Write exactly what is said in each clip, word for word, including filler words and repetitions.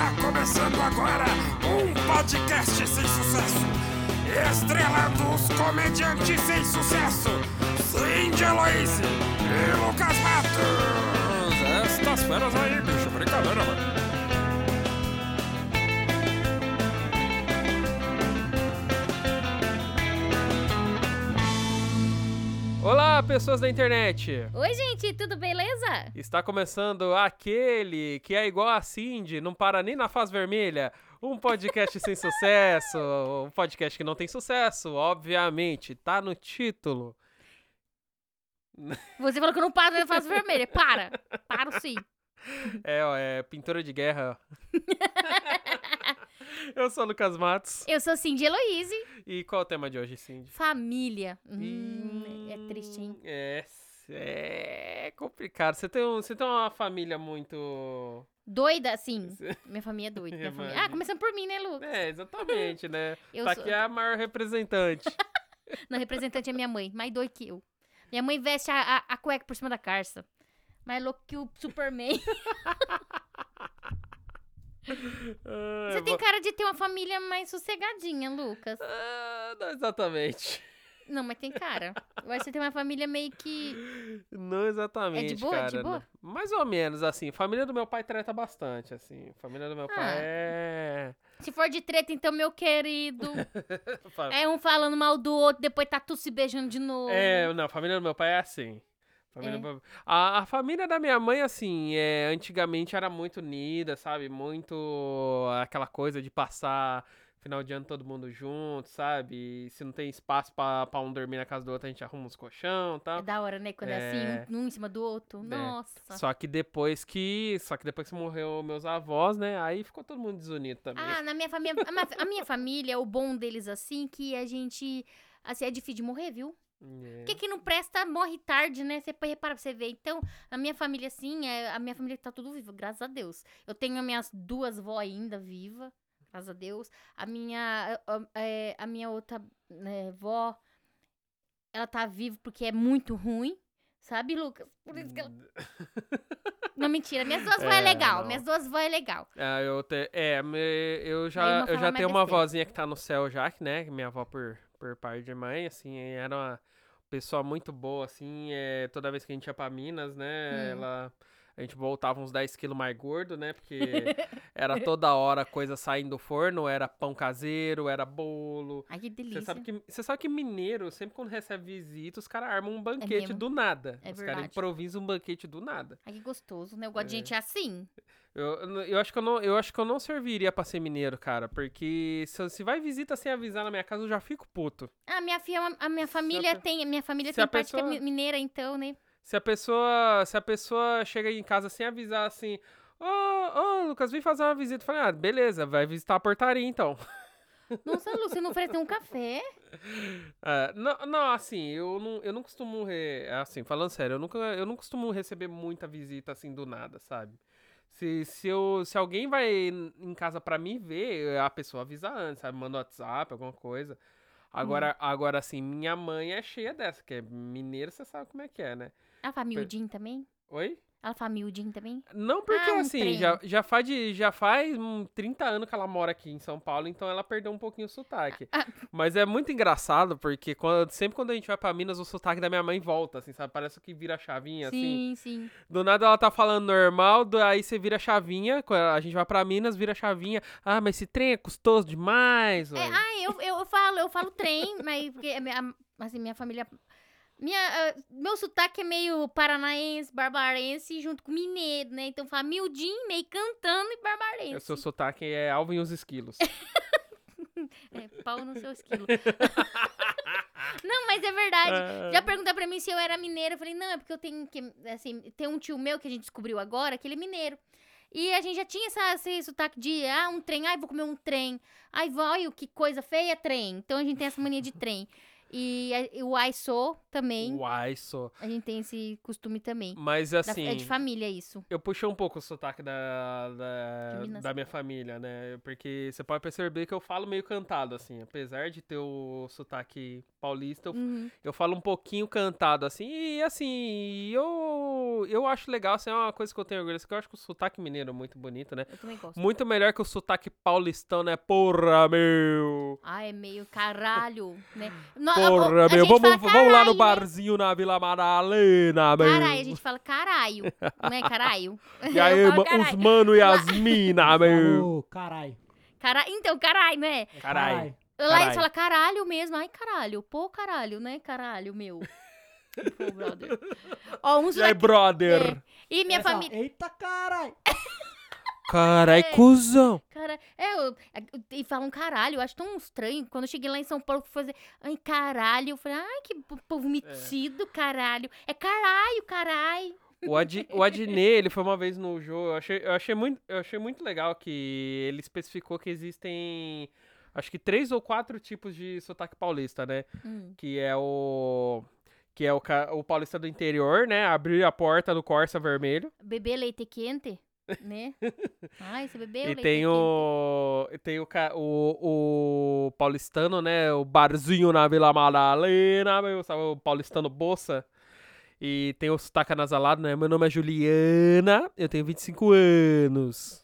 Está começando agora um podcast sem sucesso, estrelando os comediantes sem sucesso, Cindy Eloise e Lucas Matos. Estas feras aí, bicho, brincadeira, mano. Olá, pessoas da internet! Oi, gente, tudo beleza? Está começando aquele que é igual a Cindy, não para nem na fase vermelha, um podcast sem sucesso, um podcast que não tem sucesso, obviamente, tá no título. Você falou que eu não paro na fase vermelha, para, paro sim. É, ó, é pintura de guerra. Eu sou o Lucas Matos. Eu sou Cindy Eloise. E qual é o tema de hoje, Cindy? Família. Hum, é triste, hein? É, é complicado. Você tem, um, você tem uma família muito... Doida, sim. Minha família é doida. Minha família... Ah, começando por mim, né, Lucas? É, exatamente, né? Eu tá sou... aqui a maior representante. Não, representante é minha mãe, mais doida que eu. Minha mãe veste a, a, a cueca por cima da calça. Mais louco que o Superman. Ah, Você tem vou... cara de ter uma família mais sossegadinha, Lucas. Ah, não exatamente. Não, mas tem cara. Eu acho que você tem uma família meio que... Não exatamente, É de boa, cara. de boa? Mais ou menos, assim. Família do meu pai treta bastante, assim. Família do meu Ah. pai é... Se for de treta, então, meu querido... É um falando mal do outro, depois tá tudo se beijando de novo. É, não, a família do meu pai é assim. Família É. do... a, a família da minha mãe, assim, é, antigamente era muito unida, sabe? Muito aquela coisa de passar final de ano todo mundo junto, sabe? E se não tem espaço pra, pra um dormir na casa do outro, a gente arruma uns colchão e tal. É da hora, né? Quando é, É. assim, um, um em cima do outro. Nossa. Só que depois que. Só que depois que morreu meus avós, né? Aí ficou todo mundo desunido também. Ah, na minha família... A minha, a minha família, o bom deles, assim, que a gente... Assim, é difícil de morrer, viu? É. Porque que não presta, morre tarde, né? Você pode reparar pra você ver. Então, a minha família, assim, é, a minha família tá tudo viva, graças a Deus. Eu tenho as minhas duas vó ainda viva, graças a Deus. A minha, a, a, é, a minha outra né, vó, ela tá viva porque é muito ruim, sabe, Lucas? Por isso que ela... Não, mentira. Minhas duas vó é É, legal. não. Minhas duas vó é legal. Ah, eu te, é, me- eu Aí já, uma eu fala já mais tenho uma besteira. vozinha que tá no céu já, que, né? Minha avó por, por parte de mãe, assim, era uma pessoa muito boa, assim, é, toda vez que a gente ia pra Minas, né? Hum. Ela, a gente voltava uns dez quilos mais gordo, né? Porque era toda hora coisa saindo do forno, era pão caseiro, era bolo. Ai, que Você delícia. sabe que, você sabe que mineiro, sempre quando recebe visita, os caras armam um banquete mesmo. do nada. É os caras verdade. improvisam um banquete do nada. Ai, que gostoso, né? Eu gosto de É. gente assim. Eu, eu, acho que eu, não, eu acho que eu não serviria pra ser mineiro, cara. Porque se, se vai visita sem avisar na minha casa, eu já fico puto. A minha, filha, a minha família pe- tem, minha família se tem a parte que é pessoa- mi- mineira, então, né? Se a pessoa, se a pessoa chega em casa sem avisar assim, ô, ô, Lucas, vem fazer uma visita. Eu falei, ah, beleza, vai visitar a portaria então. Nossa, Lu, você não ofereceu um café? É, não, não, assim, eu não, eu não costumo, re- assim, falando sério, eu, nunca, eu não costumo receber muita visita assim do nada, sabe? Se, se, eu, se alguém vai em casa pra me ver, a pessoa avisa antes, sabe? Manda WhatsApp, alguma coisa. Agora, agora assim, minha mãe é cheia dessa, que é mineira, você sabe como é que é, né? Ela fala miudinho também? Oi? Ela fala miudinho também? Não, porque Ah, um assim, trem. já, já faz, de, já faz hum, trinta anos que ela mora aqui em São Paulo, então ela perdeu um pouquinho o sotaque. Ah. Mas é muito engraçado, porque quando, sempre quando a gente vai pra Minas, o sotaque da minha mãe volta, assim, sabe? Parece que vira a chavinha, assim. Sim, sim. Do nada ela tá falando normal, do- aí você vira a chavinha, quando a gente vai pra Minas, vira a chavinha. Ah, mas esse trem é custoso demais, É, ué. ah, eu, eu, eu falo, eu falo trem, mas porque a minha- assim, minha família... Minha, ah, meu sotaque é meio paranaense, barbarense, junto com mineiro, né? Então fala miudinho, meio cantando e barbarense. O seu sotaque é Alvin e os Esquilos. É, pau no seu esquilo. Não, mas é verdade. Já perguntaram pra mim se eu era mineira. Eu falei, não, é porque eu tenho que. Assim, tem um tio meu que a gente descobriu agora que ele é mineiro. E a gente já tinha essa, esse sotaque de, ah, um trem, ai, vou comer um trem. Ai, vai, que coisa feia, trem. Então a gente tem essa mania de trem. E, a- e o ai sou também. Uai, só. A gente tem esse costume também. Mas Da- assim... é de família isso. Eu puxei um pouco o sotaque da, da, De Minas. da minha família, né? Porque você pode perceber que eu falo meio cantado, assim. Apesar de ter o sotaque paulista, eu, Uhum. eu falo um pouquinho cantado, assim. E, assim, eu, eu acho legal, assim, é uma coisa que eu tenho orgulho. Que eu acho que o sotaque mineiro é muito bonito, né? Eu também gosto. Muito melhor que o sotaque paulistão, né? Porra, meu! Ah, é meio caralho, né? No- a- Porra, a- a meu! gente Vamos, fala vamos lá no caralho, né? barzinho na Vila Madalena, meu! Caralho, a gente fala caralho, não é caralho? E aí, Eu falo ma- os caralho. mano e as mina, meu! Falou, caralho. Cara... Então, caralho, né? Caralho. Lá Caralho. eles falam caralho mesmo. Ai, caralho. Pô, caralho, né? Caralho, meu. Pô, brother. Ó, uns E aí, daqui- brother? é. E minha Essa- família... Eita, caralho. Carai, É. cuzão. Cara, é, eu- eu- e falam caralho, eu acho tão estranho. Quando eu cheguei lá em São Paulo, fui fazer, ai, caralho. Eu falei, ai, que po- povo metido, caralho. É caralho, caralho. O, Ad, o Adnê, ele foi uma vez no jogo. Eu achei, eu, achei muito, eu achei muito legal que ele especificou que existem, acho que três ou quatro tipos de sotaque paulista, né? Hum. Que é o. Que é o, ca- o paulista do interior, né? Abrir a porta do Corsa vermelho. Beber leite quente, né? Ai, você bebeu E leite tem quente? o. e Tem o, ca- o, o paulistano, né? O barzinho na Vila Madalena, meu, sabe? O paulistano Bossa. E tem o sotaque anasalado, né? Meu nome é Juliana, eu tenho vinte e cinco anos.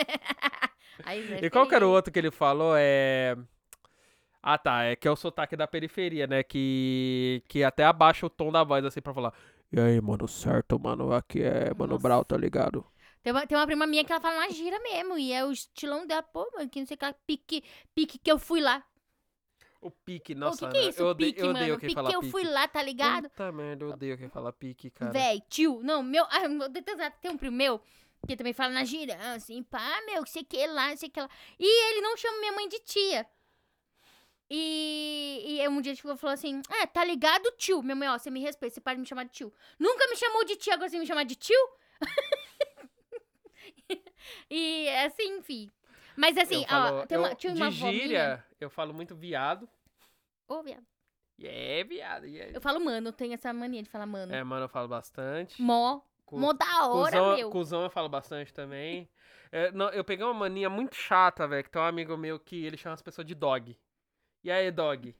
Ai, Zé, E qual que era o feio. outro que ele falou? É. Ah, tá. É que é o sotaque da periferia, né? Que, que até abaixa o tom da voz, assim, pra falar. E aí, mano, certo, mano? Aqui é Mano Nossa. Brau, tá ligado? Tem uma, tem uma prima minha que ela fala na gira mesmo. E é o estilão dela, pô, mano, que não sei o que, lá, pique, pique que eu fui lá. O pique, Ô, nossa, o que, que é né? isso, eu odeio, pique, eu mano? odeio quem Pique fala que eu pique. fui lá, tá ligado? Puta merda, eu odeio quem fala pique, cara. Véi, tio, não, meu, ah, meu Deus, tem um primo meu que também fala na gira, assim, pá, meu, sei que lá, sei que lá. E ele não chama minha mãe de tia. E, e um dia ele falou assim, é, tá ligado, tio? Minha mãe, ó, você me respeita, você pode me chamar de tio. Nunca me chamou de tia, agora você me chamar de tio? E assim, enfim. Mas assim, Eu falo- ó, tem uma, eu- tinha uma de avó minha... gíria, eu falo muito viado. Ô, viado. E é viado. E é... Eu falo mano, eu tenho essa mania de falar mano. é, mano, eu falo bastante. Mó. Cu- Mó da hora, cuzão, meu. cuzão eu falo bastante também. É, não, eu peguei uma mania muito chata, velho, que tem um amigo meu que ele chama as pessoas de dog. E aí, dog?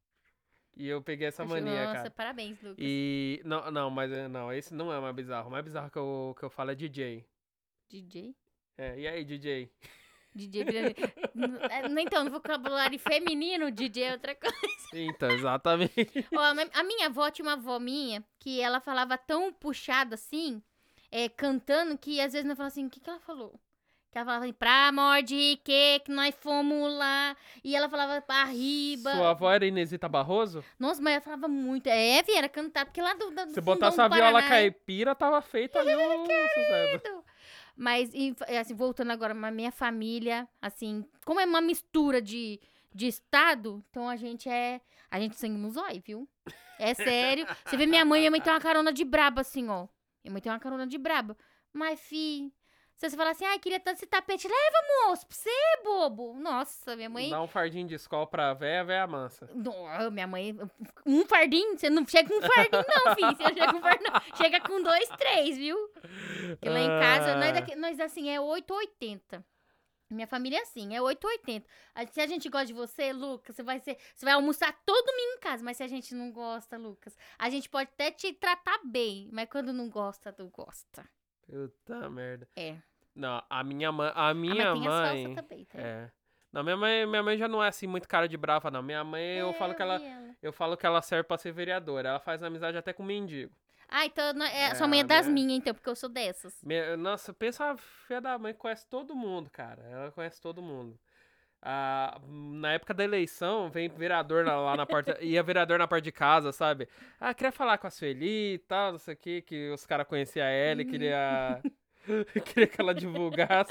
E eu peguei essa Acho- mania, Nossa, cara. parabéns, Lucas. E. Não, não, mas é, não, esse não é o mais bizarro. O mais bizarro que eu, que eu falo é D J. D J? É, e aí, D J? D J vira... N- Então, no vocabulário feminino, D J é outra coisa. Então, exatamente. Ó, na- a minha avó tinha uma avó minha que ela falava tão puxada assim, é, cantando, que às vezes eu falava assim, o que, que ela falou? Que ela falava assim, pra amor de que que nós fomos lá. E ela falava pra riba. Sua avó era Inesita Barroso? Nossa, mas ela falava muito. É, Vi, era cantar, porque lá do, do Se fundão botasse do a viola Paraná, caipira, tava feito ali o sucesso. Mas, e, assim, voltando agora pra minha família, assim, como é uma mistura de, de estado, então a gente é. A gente sangue no zóio, viu? É sério. Você vê minha mãe, minha mãe tem uma carona de braba, assim, ó. Minha mãe tem uma carona de braba. Mas, fi. Se você falar assim, ai, queria tanto esse tapete, leva, moço, pra você, bobo. Nossa, minha mãe. Dá um fardinho de escola pra véia, véia mansa. Não, minha mãe. Um fardinho? Você não chega com um fardinho, não, filho. Você chega com um fardinho, não. Chega com dois, três, viu? Porque lá em casa, Ah. nós, daqui, nós assim, é oito ou oitenta. Minha família é assim, é oito ou oitenta. Aí, se a gente gosta de você, Lucas, você vai, ser, você vai almoçar todo domingo em casa. Mas se a gente não gosta, Lucas, a gente pode até te tratar bem. Mas quando não gosta, tu gosta. Puta merda. É. Não, a minha mãe. A Ah, minha mas tem as mãe. falsas também, tá? É. Não, minha mãe, minha mãe já não é assim muito cara de brava, não. Minha mãe, eu É, falo que ela. vi ela. Eu falo que ela serve pra ser vereadora. Ela faz amizade até com mendigo. Ah, então não- é, É, sua mãe é das minha- minhas, então, porque eu sou dessas. Minha- nossa, pensa a filha da mãe que conhece todo mundo, cara. Ela conhece todo mundo. Ah, na época da eleição, vem vereador lá, lá na porta. Ia vereador na porta de casa, sabe? Ah, queria falar com a Sueli e tal, não sei o que, que os caras conheciam ela e Uhum. queria. queria que ela divulgasse.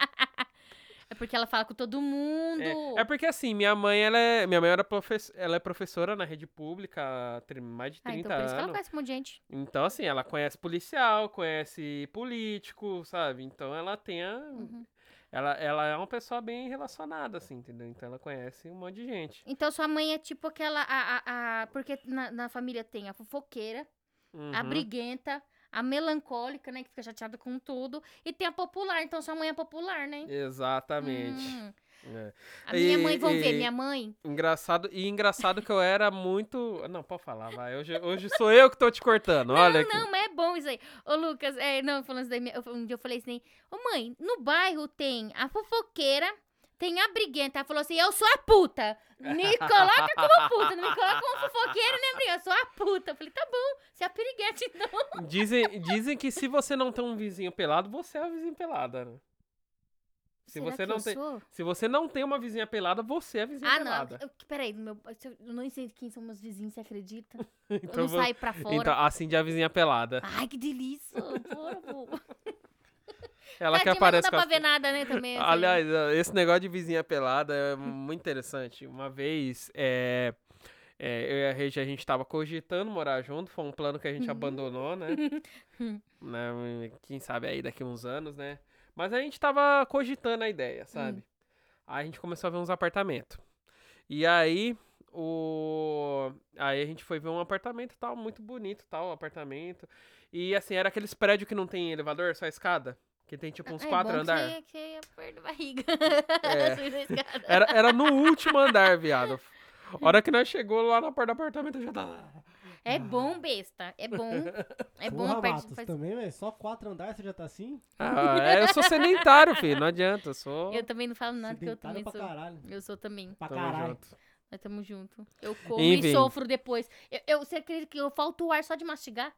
É porque ela fala com todo mundo. É, é porque assim, minha mãe, ela é, minha mãe era profess, ela é professora na rede pública há tri- mais de Ah, trinta então por isso que ela anos. conhece um monte de gente. Então, assim, ela conhece policial, conhece político, sabe? Então ela tem a. Uhum. ela, ela é uma pessoa bem relacionada, assim, entendeu? Então ela conhece um monte de gente. Então sua mãe é tipo aquela. A, a, a- porque na, na família tem a fofoqueira, a Uhum. briguenta, a melancólica, né? Que fica chateada com tudo. E tem a popular. Então sua mãe é popular, né? Exatamente. Hum. É. A minha E- mãe, vão ver, e- minha mãe. Engraçado, e engraçado que eu era muito. Não, pode falar, vai. Hoje, hoje sou eu que tô te cortando. Olha aqui. Não, mas é bom isso aí. Ô, Lucas, é, não, falando isso daí, minha- eu- um dia eu falei assim, ô mãe, no bairro tem a fofoqueira, tem a briguenta. Ela falou assim, eu sou a puta. Me coloca como puta, não me coloca como fofoqueira nem briguenta, eu sou a puta. Eu falei, tá bom, você é a piriguete então. Dizem, dizem que se você não tem um vizinho pelado, você é a vizinha pelada, né? Se Será você que não eu tem, sou? se você não tem uma vizinha pelada, você é a vizinha Ah, não, pelada. eu, peraí, no meu, eu não sei quem são meus vizinhos, você acredita? Então, eu não vo- saio pra fora. então assim de a vizinha pelada. Ai, que delícia. Porra, pô. Ela que Tadinha, mas não aparece dá com pra as- ver nada, né, também. assim. Aliás, esse negócio de vizinha pelada é muito interessante. Uma vez, é, é, eu e a Regi, a gente tava cogitando morar junto, foi um plano que a gente abandonou, né? Né, quem sabe aí daqui uns anos, né? Mas a gente tava cogitando a ideia, sabe? Aí a gente começou a ver uns apartamentos. E aí, o... aí a gente foi ver um apartamento e tal, muito bonito tal, o apartamento. E assim, era aqueles prédios que não tem elevador, só escada. Que tem tipo uns É quatro bom andares. Que, que é perto da barriga. É. Subir na escada. Era, era no último andar, viado. A hora que nós chegou lá na porta do apartamento, eu já tava... É bom, besta. É bom. É bom Porra, a parte Matos, faz... também, velho. Só quatro andares você já tá assim? Ah, é, eu sou sedentário, filho, não adianta, eu sou... Eu também não falo nada, porque eu Sedentário também pra sou. caralho. Eu sou também. Pra Tamo caralho. junto. Nós tamo junto. Eu como Enfim. e sofro depois. Eu, eu, você acredita que eu falto o ar só de mastigar?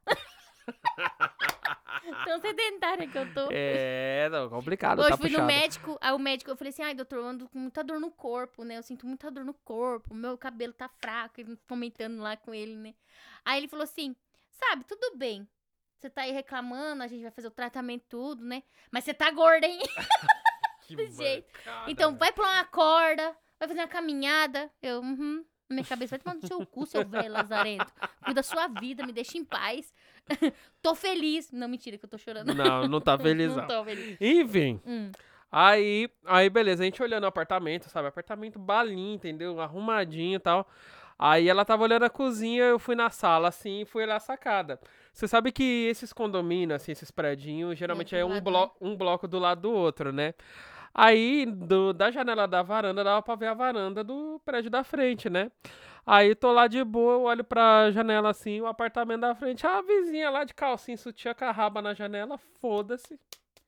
Tão sedentária que eu tô. É, não, complicado, Hoje tá fui puxado. no médico, aí o médico, eu falei assim, ai, doutor, eu ando com muita dor no corpo, né? Eu sinto muita dor no corpo, meu cabelo tá fraco, ele comentando lá com ele, né? Aí ele falou assim, sabe, tudo bem, você tá aí reclamando, a gente vai fazer o tratamento tudo, né? Mas você tá gorda, hein? Que desse jeito. mancada, Então velho. vai pular uma corda, vai fazer uma caminhada. Eu, uhum. Na minha cabeça, vai tomar no seu cu, seu velho lazarento. Cuida da sua vida, me deixa em paz. Tô feliz. Não, mentira, que eu tô chorando. Não, não tá feliz, Não não. tô feliz. Enfim, Hum. aí, aí beleza, a gente olhando o apartamento, sabe? Apartamento balinho, entendeu? Arrumadinho e tal. Aí ela tava olhando a cozinha, eu fui na sala, assim, e fui olhar a sacada. Você sabe que esses condomínios, assim, esses predinhos, geralmente do é um, lado, blo um bloco do lado do outro, né? Aí, do- da janela da varanda, dava pra ver a varanda do prédio da frente, né? Aí, tô lá de boa, eu olho pra janela assim, o apartamento da frente, a vizinha lá de calcinha, sutiã com a raba na janela, foda-se.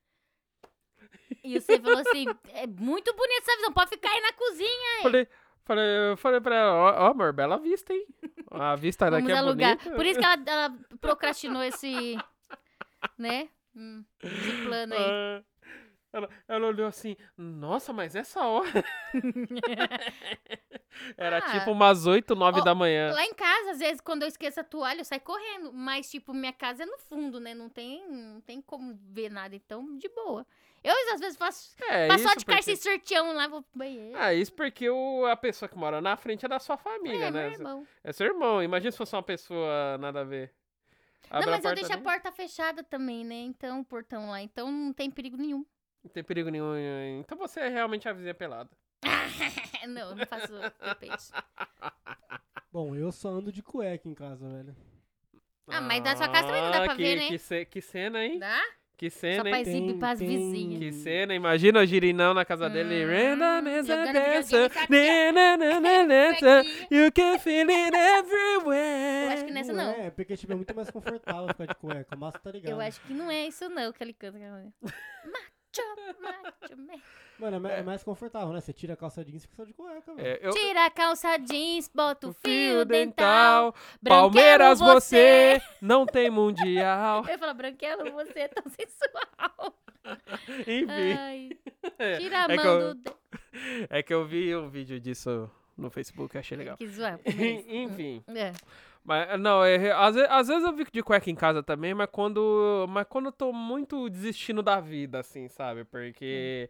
E você falou assim, é muito bonita essa visão, pode ficar aí na cozinha. Falei, falei, eu falei pra ela, ó, ó, amor, bela vista, hein? A vista Vamos daqui é alugar. bonita. Por isso que ela, ela procrastinou esse, né? Hum, esse plano aí. Ah, Ela, ela olhou assim, nossa, mas essa hora... Era Ah. tipo umas oito, nove Ó, da manhã. Lá em casa, às vezes, quando eu esqueço a toalha, eu saio correndo. Mas, tipo, minha casa é no fundo, né? Não tem, não tem como ver nada. Então, de boa. Eu, às vezes, faço É passo só isso de porque... calça e sorteão lá, vou pro banheiro. Ah, isso porque o, a pessoa que mora na frente é da sua família, é, né? meu irmão. É seu irmão. Imagina se fosse uma pessoa nada a ver. Abre Não, a mas eu porta deixo a dele, porta fechada também, né? Então, o portão lá. Então, não tem perigo nenhum. Não tem perigo nenhum. Então você é realmente a vizinha pelada. não, não faço depende. Bom, eu só ando de cueca em casa, velho. Ah, mas na sua casa também não dá pra que, ver, né? Que, ce- que cena, hein? Dá? Que Só cena, pra hein? exibir pras tem- vizinhas. Que cena, imagina o girinão na casa dele. Hum, Renda nessa jogando dança. videogame, na, na, na, nessa. Cuequinha. You can feel it everywhere. Eu acho que nessa não. É, é porque tipo, é muito mais confortável ficar de cueca. Mas tá ligado. Eu acho que não é isso não que ele canta. Macho, macho, man. Mano, é ma- é mais confortável, né? Você tira a calça jeans e fica só de cueca, velho. É, eu, Tira a calça jeans, bota o o fio dental. Branquelo Palmeiras, você. você não tem mundial. Eu ia falar, branquelo, você é tão sensual. Enfim. Ai, É, tira a é que mão eu- do... de- É que eu vi um vídeo disso no Facebook, achei legal. Que zoar. Enfim. É. Mas, não, é, às, ve- às vezes eu fico de cueca em casa também, mas quando, mas quando eu tô muito desistindo da vida, assim, sabe? Porque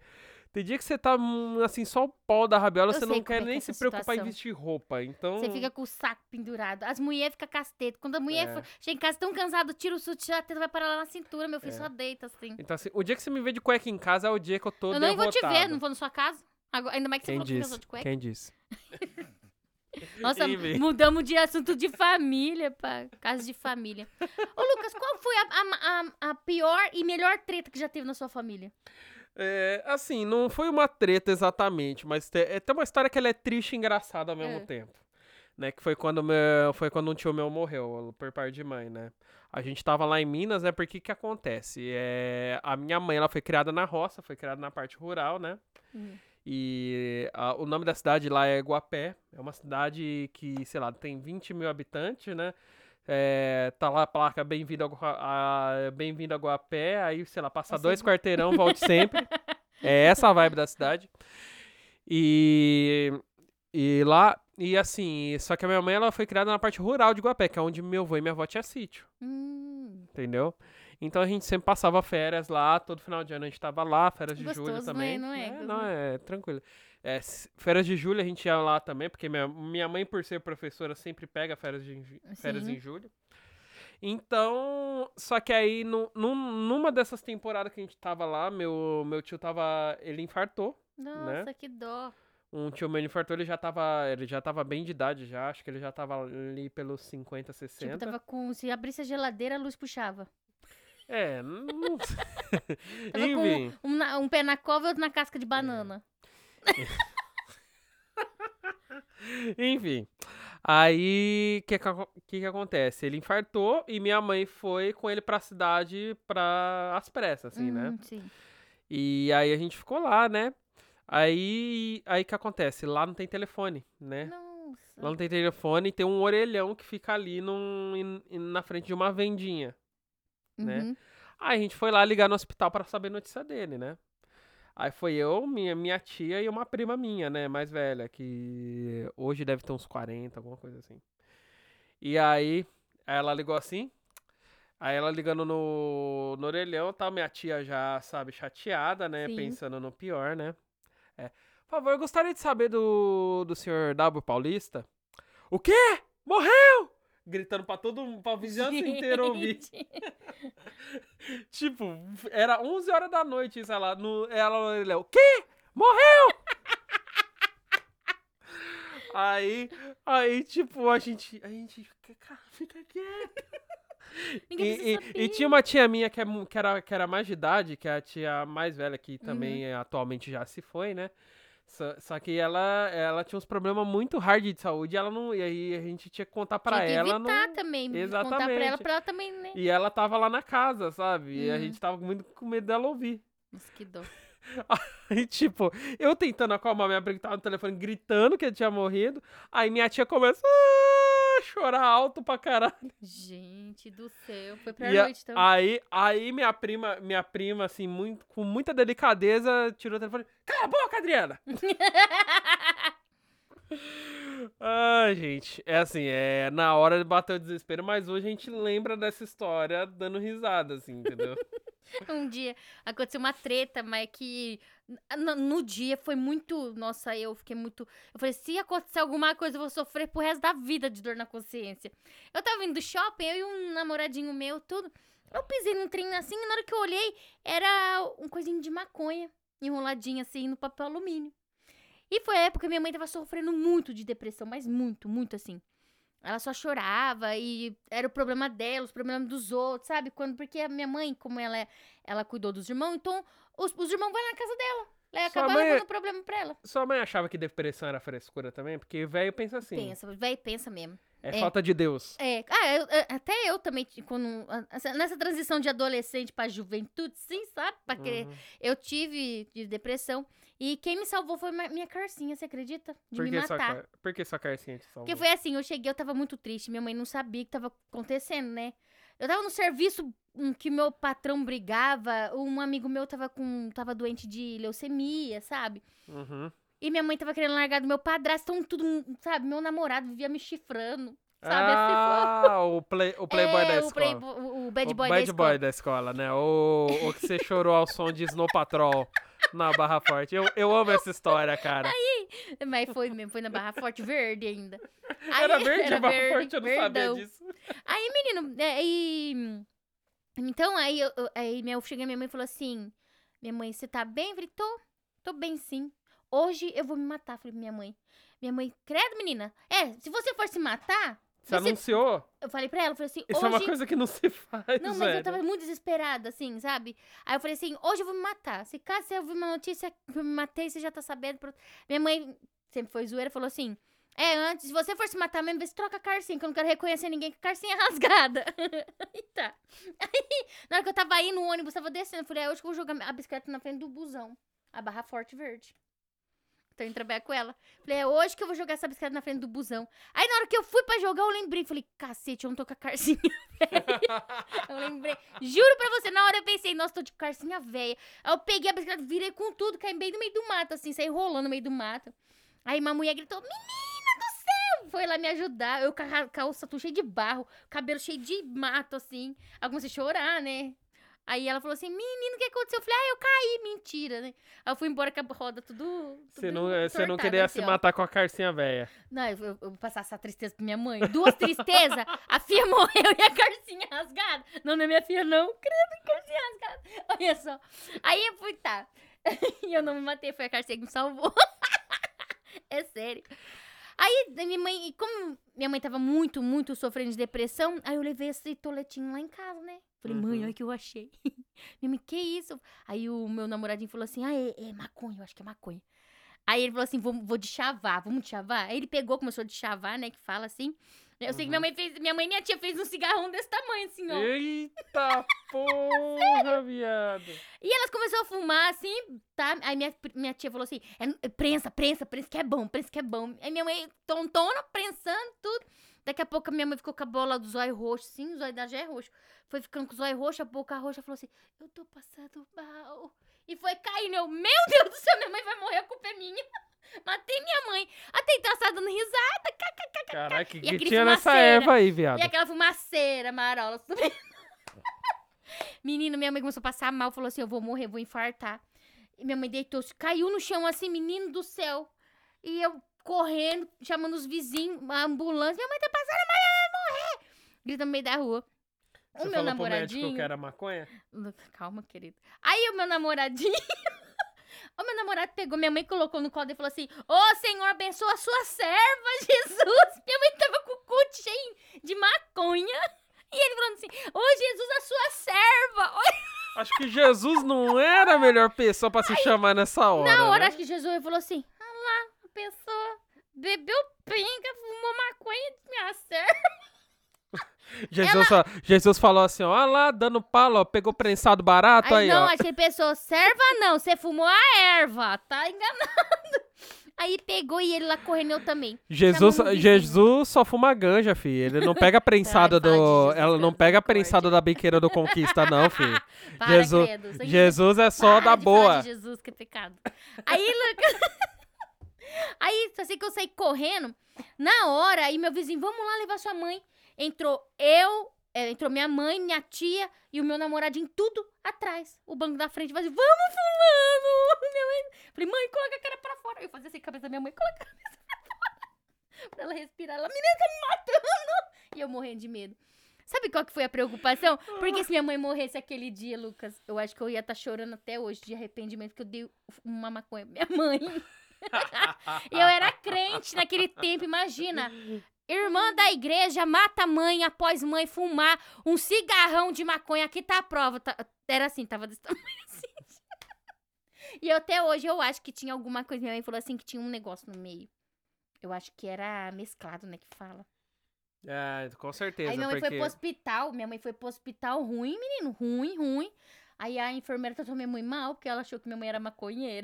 Tem dia que você tá, hum, assim, só o pó da rabiola, Eu você sei não como quer é que é nem essa se preocupar em situação. vestir roupa, então... Você fica com o saco pendurado. As mulheres ficam casteto. Quando a mulher É. for- chega em casa tão cansada, tira o sutiã, a teta vai parar lá na cintura, meu filho É. só deita assim. Então, assim, o dia que você me vê de cueca em casa é o dia que eu tô Eu nem vou te ver, derrotado. não vou na sua casa. Agora- ainda mais que você Quem falou que eu disse? sou de cueca. Quem disse? Nossa, Enfim. mudamos de assunto de família pra casa de família. Ô, Lucas, qual foi a, a- a- a pior e melhor treta que já teve na sua família? É, assim, não foi uma treta exatamente, mas te- é, tem uma história que ela é triste e engraçada ao mesmo É. tempo. Né, que foi quando, meu, foi quando um tio meu morreu, por parte de mãe, né? A gente tava lá em Minas, né? Porque que acontece? É, a minha mãe, ela foi criada na roça, foi criada na parte rural, né? Hum. E a- o nome da cidade lá é Guapé. É uma cidade que, sei lá, tem vinte mil habitantes, né? É, tá lá a placa Bem-vindo a, Gua- a, Bem-vindo a Guapé. Aí, sei lá, passa Nossa, dois eu- quarteirão, volte sempre. É essa a vibe da cidade. E, e lá, e assim, só que a minha mãe ela foi criada na parte rural de Guapé, que é onde meu avô e minha avó tinha sítio, Hum, entendeu? Então a gente sempre passava férias lá, todo final de ano a gente tava lá, férias de julho Gostoso, também. não é? Não é? não, é tranquilo. É, s- férias de julho a gente ia lá também, porque minha, minha mãe, por ser professora, sempre pega férias, de, ju- férias Sim. em julho. Então, só que aí, nu- num- numa dessas temporadas que a gente tava lá, meu, meu tio tava, ele infartou. Nossa, que dó. Um tio meu infartou, ele já tava, ele já tava bem de idade já, acho que ele já tava ali pelos cinquenta, Tipo, sessenta. tava com. Se abrisse a geladeira, a luz puxava. É, não... Tava Enfim. com um, na- um pé na cova e outro na casca de banana. Enfim. Aí, o que, que aco- que que acontece? Ele infartou e minha mãe foi com ele pra cidade pra às pressas, assim, né? Hum, sim. E aí a gente ficou lá, né? Aí, aí que acontece? Lá não tem telefone, né? Nossa. Lá não tem telefone e tem um orelhão que fica ali num, em- em- na frente de uma vendinha. né? Uhum. Aí a gente foi lá ligar no hospital pra saber a notícia dele, né? Aí foi eu, minha, minha tia e uma prima minha, né? Mais velha, que hoje deve ter uns quarenta, alguma coisa assim. E aí, aí ela ligou assim. Aí ela ligando no, no orelhão, tá? Minha tia já, sabe, chateada, né? Sim. Pensando no pior, né? É. Por favor, eu gostaria de saber do, do senhor W Paulista. O quê? Morreu! Gritando pra todo mundo, pra vizinhança inteira ouvir. Gente. Tipo, era onze horas da noite, sei lá, no, ela no orelhão. O quê? Morreu! Aí, aí, tipo, a gente, a gente, fica, cara, fica quieto. Ninguém E, precisa e- saber. e tinha uma tia minha que, é mu- que, era, que era mais de idade, que é a tia mais velha, que Uhum. também é, atualmente já se foi, né? Só, só que ela, ela tinha uns problemas muito hard de saúde e ela não. E aí a gente tinha que contar pra Tinha que ela. evitar não, também. Contar pra Exatamente. ela, pra ela também, né? E ela tava lá na casa, sabe? E a Uhum. gente tava muito com medo dela ouvir. Nossa, que dó. Aí, tipo, eu tentando acalmar minha prima que tava no telefone gritando que ele tinha morrido. Aí minha tia começa a chorar alto pra caralho. Gente do céu. Foi pra E a- noite, então. aí, aí minha prima, minha prima, assim, muito, com muita delicadeza, tirou o telefone. Cala a boca, Adriana! Ai, gente, é assim, é na hora de bater o desespero, mas hoje a gente lembra dessa história dando risada, assim, entendeu? Um dia aconteceu uma treta, mas que no, no dia foi muito. Nossa, eu fiquei muito. Eu falei, se acontecer alguma coisa, eu vou sofrer pro resto da vida de dor na consciência. Eu tava indo do shopping, eu e um namoradinho meu, tudo. Eu pisei num trem assim, e na hora que eu olhei, era um coisinho de maconha, enroladinho assim no papel alumínio. E foi a época que minha mãe tava sofrendo muito de depressão, mas muito, muito assim. Ela só chorava e era o problema dela, os problemas dos outros, sabe? Quando, porque a minha mãe, como ela, é- ela cuidou dos irmãos, então os, os irmãos vão na casa dela. Ela Sua acaba mãe- levando o problema pra ela. Sua mãe achava que depressão era frescura também? Porque velho pensa assim, Pensa, véi, pensa mesmo. é, é. falta de Deus. É, ah, eu- eu- até eu também, quando, essa- nessa transição de adolescente pra juventude, sim, sabe? Pra querer, Uhum. eu tive de depressão. E quem me salvou foi ma- minha carcinha, você acredita? De Por me que, sua, matar. car- por que sua carcinha te salvou? Porque foi assim, eu cheguei, eu tava muito triste, minha mãe não sabia o que tava acontecendo, né? Eu tava no serviço hum, que meu patrão brigava, um amigo meu tava com tava doente de leucemia, sabe? Uhum. E minha mãe tava querendo largar do meu padrasto, então tudo, sabe? Meu namorado vivia me chifrando, sabe? Assim, Ah, o, play, o playboy é, da o, escola. playbo- o, o bad o boy bad da boy escola. da escola, né? O, o que você chorou ao som de Snow Patrol. Na Barra Forte. Eu, eu amo essa história, cara. Mas foi mesmo, foi na Barra Forte Verde ainda. Aí, Era verde era a Barra verde, Forte? Eu não verdão. sabia disso. Aí, menino, é, aí... Então, aí, eu, eu- aí minha, eu cheguei, minha mãe falou assim, minha mãe, você tá bem? Eu falei, tô, tô bem sim. Hoje eu vou me matar, falei pra minha mãe. Minha mãe, credo, menina, é, se você for se matar... Você anunciou? Eu falei pra ela, eu falei assim, Isso hoje... é uma coisa que não se faz, Não, mas velho. eu tava muito desesperada, assim, sabe? Aí eu falei assim, hoje eu vou me matar. Se caso você ouvir uma notícia que eu me matei, você já tá sabendo. Pro- Minha mãe sempre foi zoeira, falou assim, é, antes, se você for se matar mesmo, vê se troca a carcinha, que eu não quero reconhecer ninguém com a carcinha rasgada. Aí tá. Aí, na hora que eu tava aí no ônibus, tava descendo, eu falei, é, hoje que eu vou jogar a bicicleta na frente do busão. A Barra Forte Verde. Tô indo trabalhar com ela. Falei, é hoje que eu vou jogar essa bicicleta na frente do busão. Aí na hora que eu fui pra jogar, eu lembrei. Falei, cacete, eu não tô com a carcinha velha. Eu lembrei. Juro pra você, na hora eu pensei, nossa, tô de carcinha velha. Aí eu peguei a bicicleta, virei com tudo, caí bem no meio do mato, assim, saí rolando no meio do mato. Aí uma mulher gritou, menina do céu! Foi lá me ajudar. Eu com a calça tudo cheio de barro, cabelo cheio de mato, assim. Aí eu comecei a chorar, né? Aí ela falou assim, menino, o que aconteceu? Eu falei, ah, eu caí, mentira, né? Aí eu fui embora com a roda tudo... tudo Você não, você não entortada, queria assim, se ó. matar com a carcinha velha. Não, eu, eu, eu vou passar essa tristeza pra minha mãe. Duas tristezas, a filha morreu e a carcinha rasgada. Não, não é minha filha, não. Credo, carcinha rasgada. Olha só. Aí eu fui, tá. E eu não me matei, foi a carcinha que me salvou. É sério. Aí, minha mãe, e como minha mãe tava muito, muito sofrendo de depressão, aí eu levei esse toletinho lá em casa, né? Falei, mãe, Uhum. olha o que eu achei. Minha mãe, que isso? Aí o meu namoradinho falou assim, ah, é, é maconha, eu acho que é maconha. Aí ele falou assim, vou, vou de chavar, vamos de chavar? Aí ele pegou, começou a de chavar, né, que fala assim. Eu sei que minha mãe fez, minha mãe e minha tia fez um cigarrão desse tamanho, assim, ó. Eita porra, viado. E elas começaram a fumar, assim, tá? Aí minha, minha tia falou assim, é, prensa, prensa, prensa que é bom, prensa que é bom. Aí minha mãe tontona, prensando tudo. Daqui a pouco a minha mãe ficou com a bola do zóio roxo, sim, o zóio da Gé roxo. Foi ficando com o zóio roxo, a boca roxa, falou assim, eu tô passando mal. E foi caindo, eu, meu Deus do céu, minha mãe vai morrer, a culpa é minha. Matei minha mãe. Até então, ela tava dando risada. Caraca, que, E que aquele tinha nessa fumaceira. erva aí, viado? E aquela fumaceira, marola, subindo. Menino, minha mãe começou a passar mal, falou assim, eu vou morrer, vou infartar. E minha mãe deitou, caiu no chão assim, menino do céu. E eu correndo, chamando os vizinhos, a ambulância. Minha mãe tá passando, a mãe vai morrer. Grita no meio da rua. O Você meu falou namoradinho... pro médico que era maconha? Calma, querido. Aí o meu namoradinho... O meu namorado pegou, minha mãe colocou no colo e falou assim, ô, Senhor, abençoa a sua serva, Jesus. Minha mãe tava com o cu cheio de maconha. E ele falando assim, ô, Jesus, a sua serva. Acho que Jesus não era a melhor pessoa pra se chamar nessa hora, Na hora, né? acho que Jesus falou assim, ah lá, a pessoa bebeu pinga, fumou maconha de minha serva. Jesus, fa- Jesus falou assim, ó, ah lá, dando palo, ó, pegou prensado barato aí, Aí não, ó. acho que ele pensou, serva não, você fumou a erva, tá enganado. Aí pegou e ele lá correndo, eu também. Jesus, Chamando o vizinho. Jesus só fuma ganja, filho. Ele não pega a prensada Ai, fala de do... Jesus, Ela não Deus, pega a misericórdia. prensada da biqueira do Conquista, não, filho. Para, Jesus, credo, isso aqui- Jesus é só Para da de falar boa. de Jesus, que é pecado. Aí, Lucas... Aí, só sei que eu saí correndo. Na hora, aí meu vizinho, vamos lá levar sua mãe. Entrou eu, é, entrou minha mãe, minha tia e o meu namoradinho, tudo atrás. O banco da frente vazio. Vamos, fulano! Minha mãe... Falei, mãe, coloca a cara pra fora. Eu fazia assim, a cabeça da minha mãe, coloca a cabeça pra fora. Pra ela respirar. Ela, menina, tá me matando! E eu morrendo de medo. Sabe qual que foi a preocupação? Porque se minha mãe morresse aquele dia, Lucas, eu acho que eu ia estar chorando até hoje de arrependimento, que eu dei uma maconha pra minha mãe. E eu era crente naquele tempo, imagina. Irmã da igreja mata a mãe após mãe fumar um cigarrão de maconha. Aqui tá a prova. Tá- era assim, tava desse tamanho assim. E eu, até hoje eu acho que tinha alguma coisa. Minha mãe falou assim que tinha um negócio no meio. Eu acho que era mesclado, né, que fala. É, com certeza, Aí minha mãe porque... foi pro hospital. Minha mãe foi pro hospital ruim, menino. Ruim, ruim. Aí a enfermeira tratou minha mãe mal, porque ela achou que minha mãe era maconheira.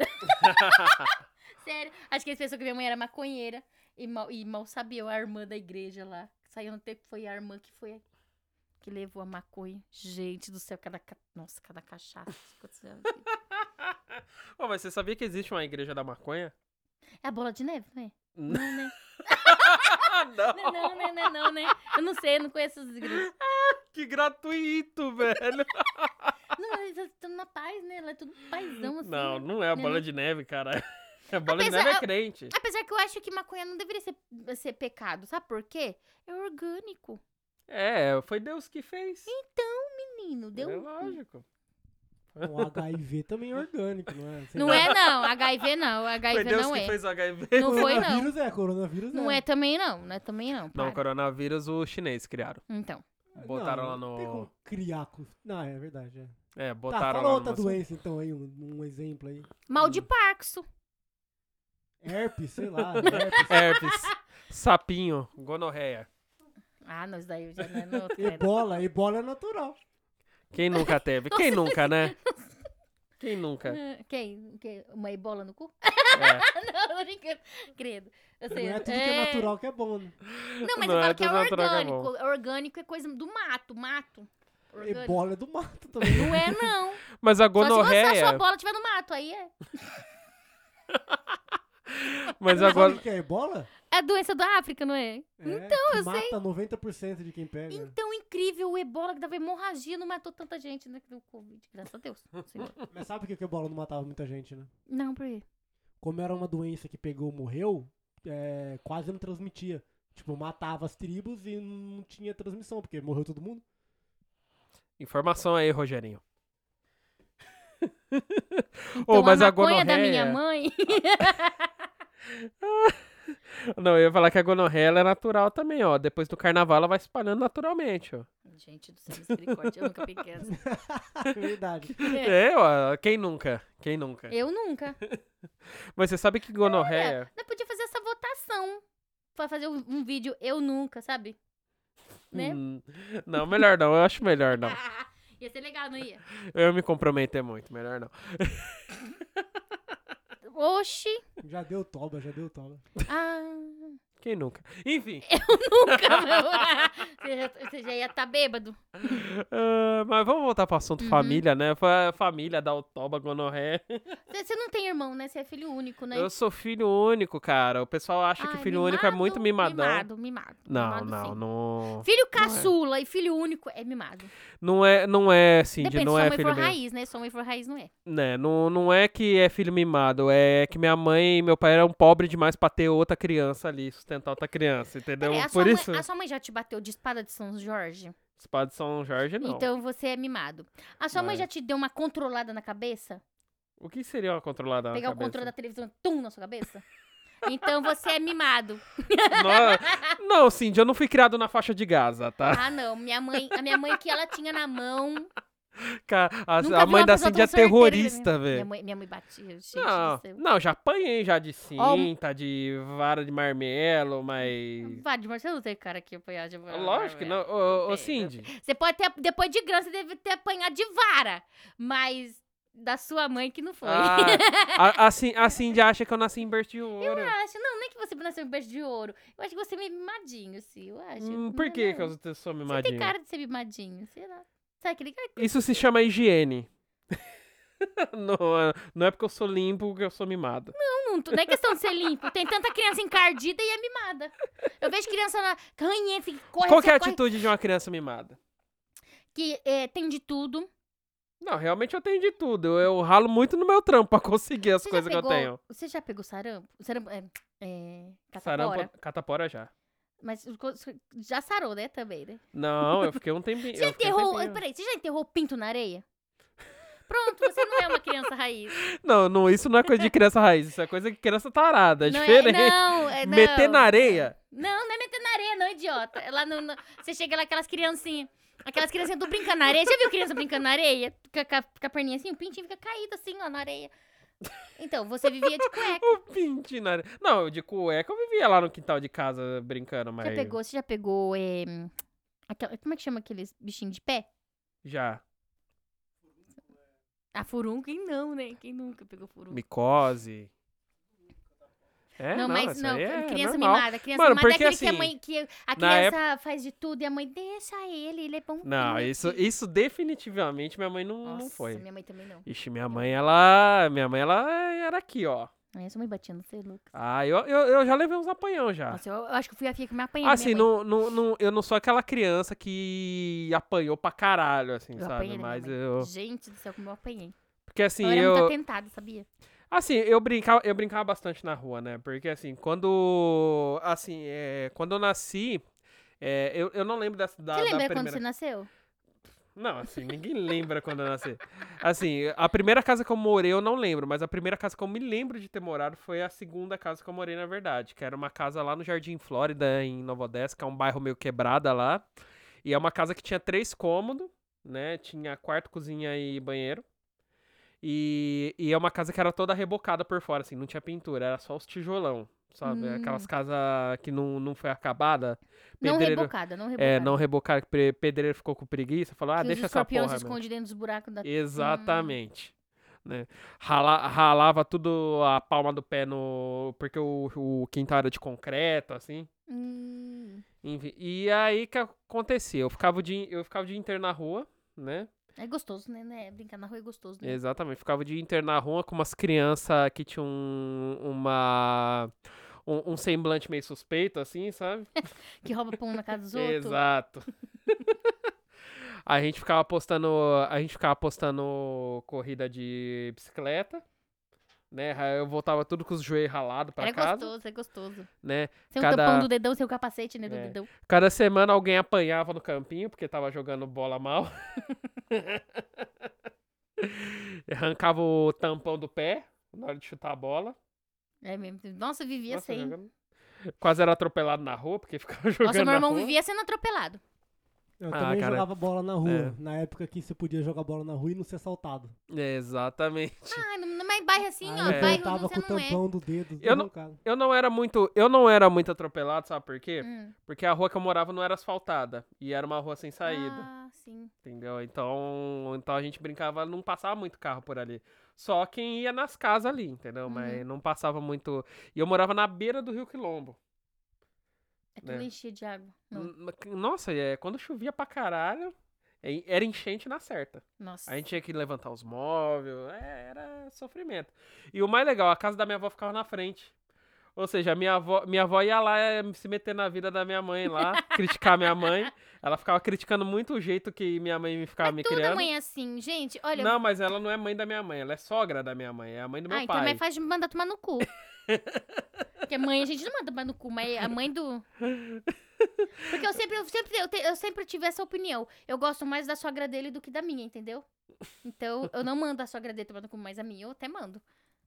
Sério. Acho que eles pensaram que minha mãe era maconheira. E mal, e mal sabia a irmã da igreja lá. Saiu no tempo, foi a irmã que foi... Que levou a maconha. Gente do céu, cada... ca- Nossa, cada cachaça. Ô, mas você sabia que existe uma igreja da maconha? É a bola de neve, não é? Não. Não, né? Não, Não, não, né, não, não, né? Eu não sei, eu não conheço as igrejas. que gratuito, velho. Não, tá tudo na paz, né? Ela é tudo paizão, assim. Não, né? não é a Né, bola não? de neve, cara. A bola de Apesar- neve é crente. Apesar que eu acho que maconha não deveria ser, ser pecado. Sabe por quê? É orgânico. É, foi Deus que fez. Menino, deu... É lógico. O H I V também é orgânico, não é? Sei Não lá. é, não. H I V não. H Foi I V Deus não que é. fez o H I V. Não foi, não. Coronavírus é, coronavírus Não é. é também, não. Não é também, não. Não, para. coronavírus o chinês criaram. Então. Botaram não, lá Não tem no... como criar com... Não, é verdade, é. É, Tá, botaram fala lá outra numa... doença, então, aí, um, um exemplo aí. Mal de Parkinson. Herpes, sei lá, herpes. Herpes, sapinho, gonorreia. Ah, não, isso daí eu já não é no outro, credo. Ebola, ebola é natural. Quem nunca teve? Quem nunca, né? Quem nunca? Ah, Quem? Quem? Uma ebola no cu? É. Não, tô brincando. Credo. Eu Não sei. é tudo que é natural que é bom, né? Não, mas Não eu é falo que é tudo natural que é orgânico. orgânico é coisa do mato, mato. Orgânico. Ebola é do mato também. Não é, não. Mas a Só se você, a gonorreia... sua bola estiver no mato, aí é. Mas Sabe agora... o que é ebola? É a doença da África, não é? É, Então, que eu mata sei. noventa por cento de quem pega. Então, incrível, o ebola que dava hemorragia não matou tanta gente, né? Do Covid, graças a Deus. Senhor. Mas sabe por que que ebola não matava muita gente, né? Não, por quê? Como era uma doença que pegou, morreu, é, quase não transmitia. Tipo, matava as tribos e não tinha transmissão, porque morreu todo mundo. Informação aí, Rogerinho. Então, Ô, mas a a maconha da gonorreia... minha mãe... Não, eu ia falar que a gonorreia ela é natural também, ó. Depois do carnaval ela vai espalhando naturalmente, ó. Gente do céu, misericórdia, eu nunca peguei essa. Verdade. É, ó. Quem nunca? Quem nunca? Eu nunca. Mas você sabe que gonorreia... Nós podia fazer essa votação. Pra fazer um, um vídeo eu nunca, sabe? Né? Hum, não, melhor não. Eu acho melhor não. Ia ser legal, não ia? Eu me comprometer muito. Melhor não. Oxi. Já deu toba, já deu toba. Ah, Quem nunca? Enfim. nunca, meu. Você já, você já ia estar bêbado. ah, mas vamos voltar pro assunto Uhum. família, né? Fa- Família, da Otoba, gonorreia. Você, você não tem irmão, né? Você é filho único, né? Eu sou filho único, cara. O pessoal acha que Ai, filho único é muito mimadão. Mimado, mimado. Não, mimado, não, sim. não. Filho caçula e filho único é mimado. Não é, não é, Cindy, Depende, não se é sua mãe filho for mimado. raiz, né? Se sua mãe for raiz, não é. Né, não, não é que é filho mimado, é que minha mãe e meu pai eram pobres demais pra ter outra criança ali, sustentar outra criança, entendeu? Peraí, a, Por sua isso, mãe, a sua mãe já te bateu de espada de São Jorge? espada de São Jorge não. Então você é mimado. A sua Não mãe é. já te deu uma controlada na cabeça? O que seria uma controlada Pegar na o controle da cabeça? televisão, tum, na sua cabeça? Então você é mimado. Não, não, Cindy, eu não fui criado na faixa de Gaza, tá? Ah, não. Minha mãe, a minha mãe que ela tinha na mão. Ca- A, Nunca a vi mãe uma da pessoa Cindy é tão certeira que terrorista, Minha velho. mãe, minha mãe batia, gente Não, do céu. não, já apanhei já de Ó, cinta, de vara de marmelo, mas... Vá, de você não tem cara que apanhar de vara. Lógico que não. velho. Ô, ô tem, Cindy, Você pode ter, depois de grana, você deve ter apanhado de vara. Mas da sua mãe que não foi. ah, a, a, Cin- a Cindy acha que eu nasci em berço de ouro. Eu acho, não, não é que você nasceu em berço de ouro. Eu acho que você é meio mimadinho, assim, eu acho. Hum, Não por é que, não. que eu sou Você tem mimadinho? cara de ser mimadinho, sei lá. Sabe aquele cara que... Isso se chama higiene. não, é- não é porque eu sou limpo que eu sou mimado. Não, não é questão de ser limpo. Tem tanta criança encardida e é mimada. Eu vejo criança na ranhenta que corre, Qual que é a corre, atitude de uma criança mimada? que é, tem de tudo. Não, realmente eu tenho de tudo. Eu, eu ralo muito no meu trampo pra conseguir as Você já coisas que eu pegou- tenho. Você já pegou sarampo? Sarampo é, é catapora? Sarampo, catapora já. Mas os co- já sarou, né, também, né? Não, eu fiquei um tempinho. Você já eu fiquei um enterrou... tempinho. Peraí, você já enterrou pinto na areia? Pronto, você não é uma criança raiz. Não, não, isso não é coisa de criança raiz, isso é coisa de criança tarada, é Não diferente. não, é, não. Meter na areia. Não, não é meter na areia, não, idiota. É lá no, no- você chega lá, aquelas criancinhas. Aquelas criancinhas do brincando na areia. Já viu criança brincando na areia? Com a, com a- com a perninha assim, o pintinho fica caído assim, ó, na areia. Então, você vivia de cueca. O pintinho na areia. Não, de cueca eu vivia lá no quintal de casa brincando, mas. Já pegou, você já pegou. É, aquela, como é que chama aqueles bichinhos de pé? Já. A furunca, quem não, né? Quem nunca pegou furunca? Micose. É, não, não, mas isso não, aí é criança normal. mimada. Criança Mano, mimada é porque aquele que a assim, mãe. Que a na criança faz de tudo e a mãe deixa ele, ele é bom. Não, isso, isso definitivamente minha mãe não, Nossa, não foi. minha mãe também não. Ixi, minha mãe, ela. Minha mãe, ela era aqui, ó. É, sua mãe batia no você, Lucas. Ah, eu, eu, eu já levei uns apanhão já. Nossa, eu, eu acho que eu fui a filha que me apanhei. Assim, minha mãe. não, não, não, eu não sou aquela criança que apanhou pra caralho, assim, Eu sabe? apanhei da minha Mas mãe. eu... Gente do céu, como eu apanhei. Porque assim, eu era eu... muito atentada, sabia? Assim, eu brincava, eu brincava bastante na rua, né? Porque assim, quando... Assim, é, quando eu nasci... É, eu, eu não lembro dessa, da, Você da lembra primeira... quando você nasceu? Não, assim, ninguém lembra quando eu nasci. Assim, a primeira casa que eu morei eu não lembro, mas a primeira casa que eu me lembro de ter morado foi a segunda casa que eu morei, na verdade. Que era uma casa lá no Jardim Flórida, em Nova Odessa, que é um bairro meio quebrada lá. E é uma casa que tinha três cômodos, né? Tinha quarto, cozinha e banheiro. E, e é uma casa que era toda rebocada por fora, assim, não tinha pintura, era só os tijolão, sabe? Hum. Aquelas casas que não, não foi acabada. Não Pedreiro- rebocada, não rebocada. É, não rebocaram, que pedreiro ficou com preguiça, falou, ah, que deixa os essa escorpiões porra se mesmo. escondem dentro dos buracos da... Exatamente. Né? Rala, ralava tudo a palma do pé no... Porque o, o quintal era de concreto, assim. Hum. Enfim, e aí que acontecia? Eu ficava o dia, eu ficava o dia inteiro na rua, né? É gostoso, né? né? Brincar na rua é gostoso, né? Exatamente. Ficava o dia inteiro na rua com umas crianças que tinham um, uma... Um, um semblante meio suspeito, assim, sabe? Que rouba pão na casa dos outros. Exato. A gente ficava postando, a gente ficava postando corrida de bicicleta, né? Aí eu voltava tudo com os joelhos ralados pra É casa, gostoso, é gostoso. né? Sem Cada- o tampão do dedão, sem o capacete, né? Do É. dedão. Cada semana alguém apanhava no campinho porque tava jogando bola mal. Arrancava o tampão do pé na hora de chutar a bola. É mesmo. Nossa, eu vivia Nossa, sem. jogando- Quase era atropelado na rua porque ficava jogando Nossa, meu na irmão rua. vivia sendo atropelado. Eu Ah, também cara, jogava bola na rua. é. Na época que você podia jogar bola na rua e não ser assaltado. É, exatamente. Ah, não, mas bairro assim, Aí ó. eu Bairro voltava você com o não é. tampão do dedo. Eu não- arrancado. Eu não era muito, eu não era muito atropelado, sabe por quê? Hum. Porque a rua que eu morava não era asfaltada e era uma rua sem saída, Ah, sim. entendeu? Então, então a gente brincava, não passava muito carro por ali. Só quem ia nas casas ali, entendeu? Uhum. Mas não passava muito. E eu morava na beira do Rio Quilombo. Aquilo É. enchia de água. Não. N- Nossa, é, quando chovia pra caralho, é, era enchente na certa. Nossa. A gente tinha que levantar os móveis, é, era sofrimento. E o mais legal, a casa da minha avó ficava na frente. Ou seja, a minha avó, minha avó ia lá é, se meter na vida da minha mãe lá, criticar minha mãe. Ela ficava criticando muito o jeito que minha mãe me ficava me Toda criando. mãe é assim, gente. Olha. Não, mas ela não é mãe da minha mãe, ela é sogra da minha mãe, é a mãe do meu ah, então pai. é mais fácil de mandar tomar no cu. Porque mãe a gente não manda tomar no cu, mas a mãe do. Porque eu sempre, eu sempre, eu, te- eu sempre tive essa opinião. Eu gosto mais da sogra dele do que da minha, entendeu? Então eu não mando a sogra dele tomar no cu, mas a minha eu até mando.